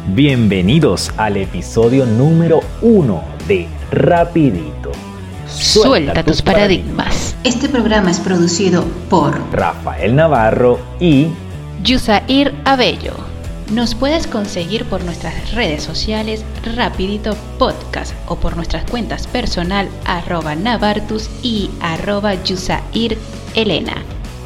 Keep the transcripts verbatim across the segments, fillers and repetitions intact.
Bienvenidos al episodio número uno de Rapidito. Suelta, Suelta tus paradigmas. paradigmas. Este programa es producido por Rafael Navarro y Yusair Abello. Nos puedes conseguir por nuestras redes sociales Rapidito Podcast o por nuestras cuentas personal arroba Navartus y arroba Yusair Elena.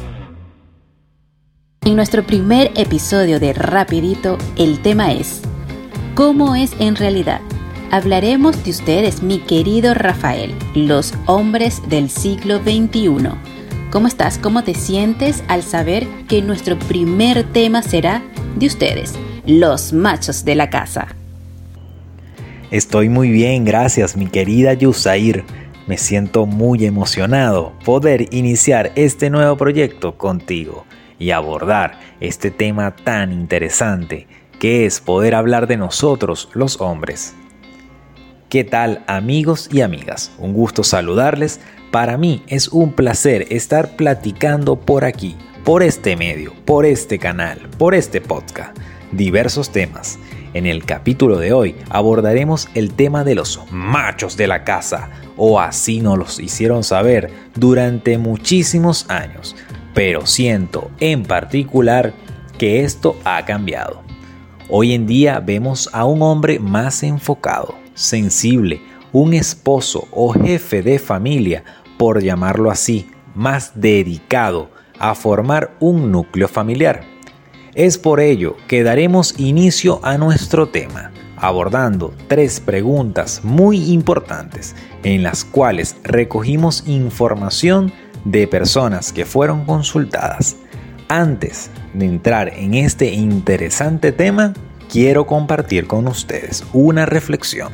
En nuestro primer episodio de Rapidito, el tema es ¿cómo es en realidad? Hablaremos de ustedes, mi querido Rafael, los hombres del siglo veintiuno. ¿Cómo estás? ¿Cómo te sientes al saber que nuestro primer tema será de ustedes, los machos de la casa? Estoy muy bien, gracias, mi querida Yusair. Me siento muy emocionado poder iniciar este nuevo proyecto contigo y abordar este tema tan interesante que es poder hablar de nosotros, los hombres. ¿Qué tal, amigos y amigas? Un gusto saludarles. Para mí es un placer estar platicando por aquí, por este medio, por este canal, por este podcast, diversos temas. En el capítulo de hoy abordaremos el tema de los machos de la casa, o así nos los hicieron saber durante muchísimos años, pero siento en particular que esto ha cambiado. Hoy en día vemos a un hombre más enfocado, sensible, un esposo o jefe de familia, por llamarlo así, más dedicado a formar un núcleo familiar. Es por ello que daremos inicio a nuestro tema, abordando tres preguntas muy importantes en las cuales recogimos información de personas que fueron consultadas. Antes de entrar en este interesante tema, quiero compartir con ustedes una reflexión.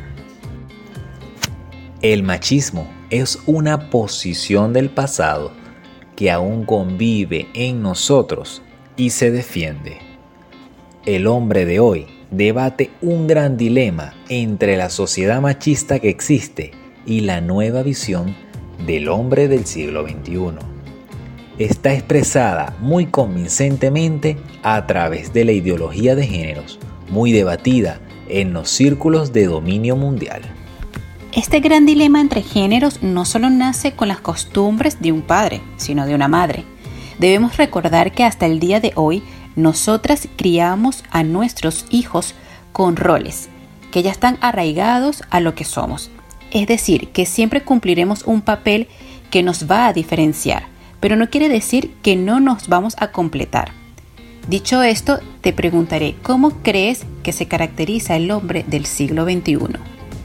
El machismo es una posición del pasado que aún convive en nosotros y se defiende. El hombre de hoy debate un gran dilema entre la sociedad machista que existe y la nueva visión del hombre del siglo veintiuno. Está expresada muy convincentemente a través de la ideología de géneros, muy debatida en los círculos de dominio mundial. Este gran dilema entre géneros no solo nace con las costumbres de un padre, sino de una madre. Debemos recordar que hasta el día de hoy, nosotras criamos a nuestros hijos con roles que ya están arraigados a lo que somos. Es decir, que siempre cumpliremos un papel que nos va a diferenciar, pero no quiere decir que no nos vamos a completar. Dicho esto, te preguntaré, ¿cómo crees que se caracteriza el hombre del siglo veintiuno?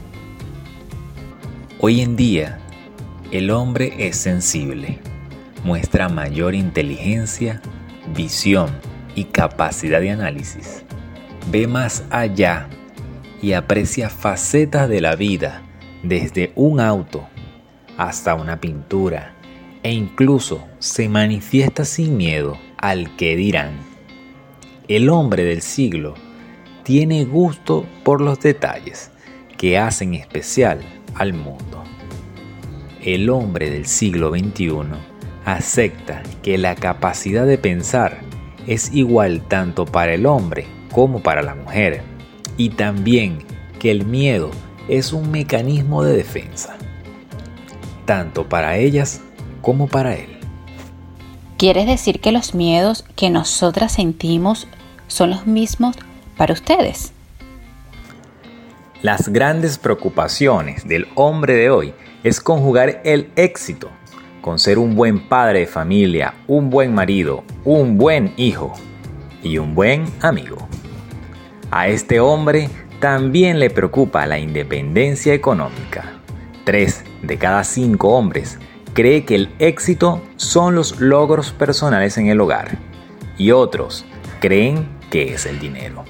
Hoy en día, el hombre es sensible, muestra mayor inteligencia, visión y capacidad de análisis. Ve más allá y aprecia facetas de la vida, desde un auto hasta una pintura, e incluso se manifiesta sin miedo al que dirán. El hombre del siglo tiene gusto por los detalles que hacen especial al mundo. El hombre del siglo veintiuno acepta que la capacidad de pensar es igual tanto para el hombre como para la mujer, y también que el miedo es un mecanismo de defensa, tanto para ellas como para él. ¿Quieres decir que los miedos que nosotras sentimos son los mismos para ustedes? Las grandes preocupaciones del hombre de hoy es conjugar el éxito con ser un buen padre de familia, un buen marido, un buen hijo y un buen amigo. A este hombre también le preocupa la independencia económica. Tres de cada cinco hombres cree que el éxito son los logros personales en el hogar y otros creen que es el dinero.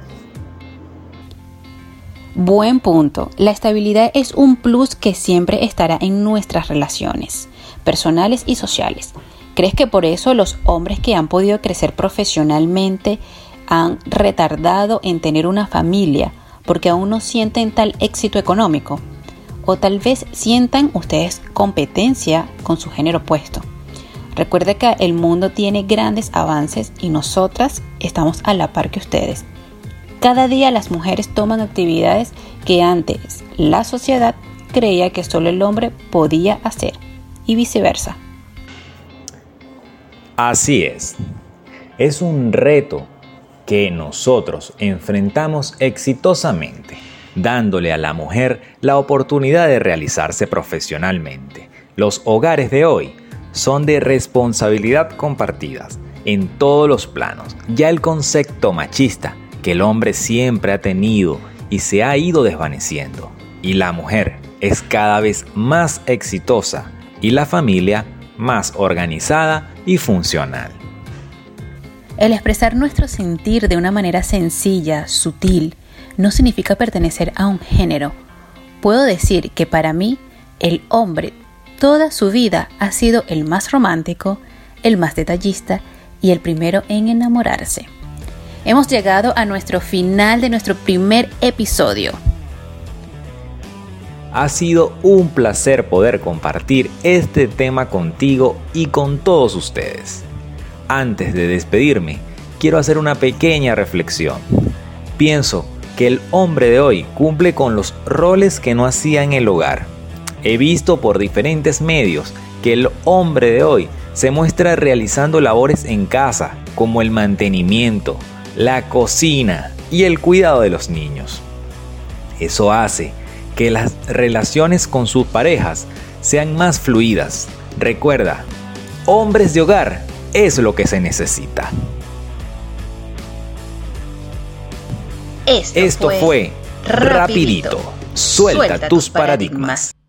Buen punto. La estabilidad es un plus que siempre estará en nuestras relaciones personales y sociales. ¿Crees que por eso los hombres que han podido crecer profesionalmente han retardado en tener una familia porque aún no sienten tal éxito económico? O tal vez sientan ustedes competencia con su género opuesto. Recuerde que el mundo tiene grandes avances y nosotras estamos a la par que ustedes. Cada día las mujeres toman actividades que antes la sociedad creía que solo el hombre podía hacer y viceversa. Así es. Es un reto que nosotros enfrentamos exitosamente, dándole a la mujer la oportunidad de realizarse profesionalmente. Los hogares de hoy son de responsabilidad compartida en todos los planos. Ya el concepto machista que el hombre siempre ha tenido y se ha ido desvaneciendo, y la mujer es cada vez más exitosa y la familia más organizada y funcional. El expresar nuestro sentir de una manera sencilla, sutil, no significa pertenecer a un género. Puedo decir que para mí, el hombre toda su vida ha sido el más romántico, el más detallista y el primero en enamorarse. Hemos llegado a nuestro final de nuestro primer episodio. Ha sido un placer poder compartir este tema contigo y con todos ustedes. Antes de despedirme, quiero hacer una pequeña reflexión. Pienso que el hombre de hoy cumple con los roles que no hacía en el hogar. He visto por diferentes medios que el hombre de hoy se muestra realizando labores en casa, como el mantenimiento, la cocina y el cuidado de los niños. Eso hace que las relaciones con sus parejas sean más fluidas. Recuerda, hombres de hogar es lo que se necesita. Esto, Esto fue, fue Rapidito. Rapidito. Suelta, Suelta tus tus paradigmas. paradigmas.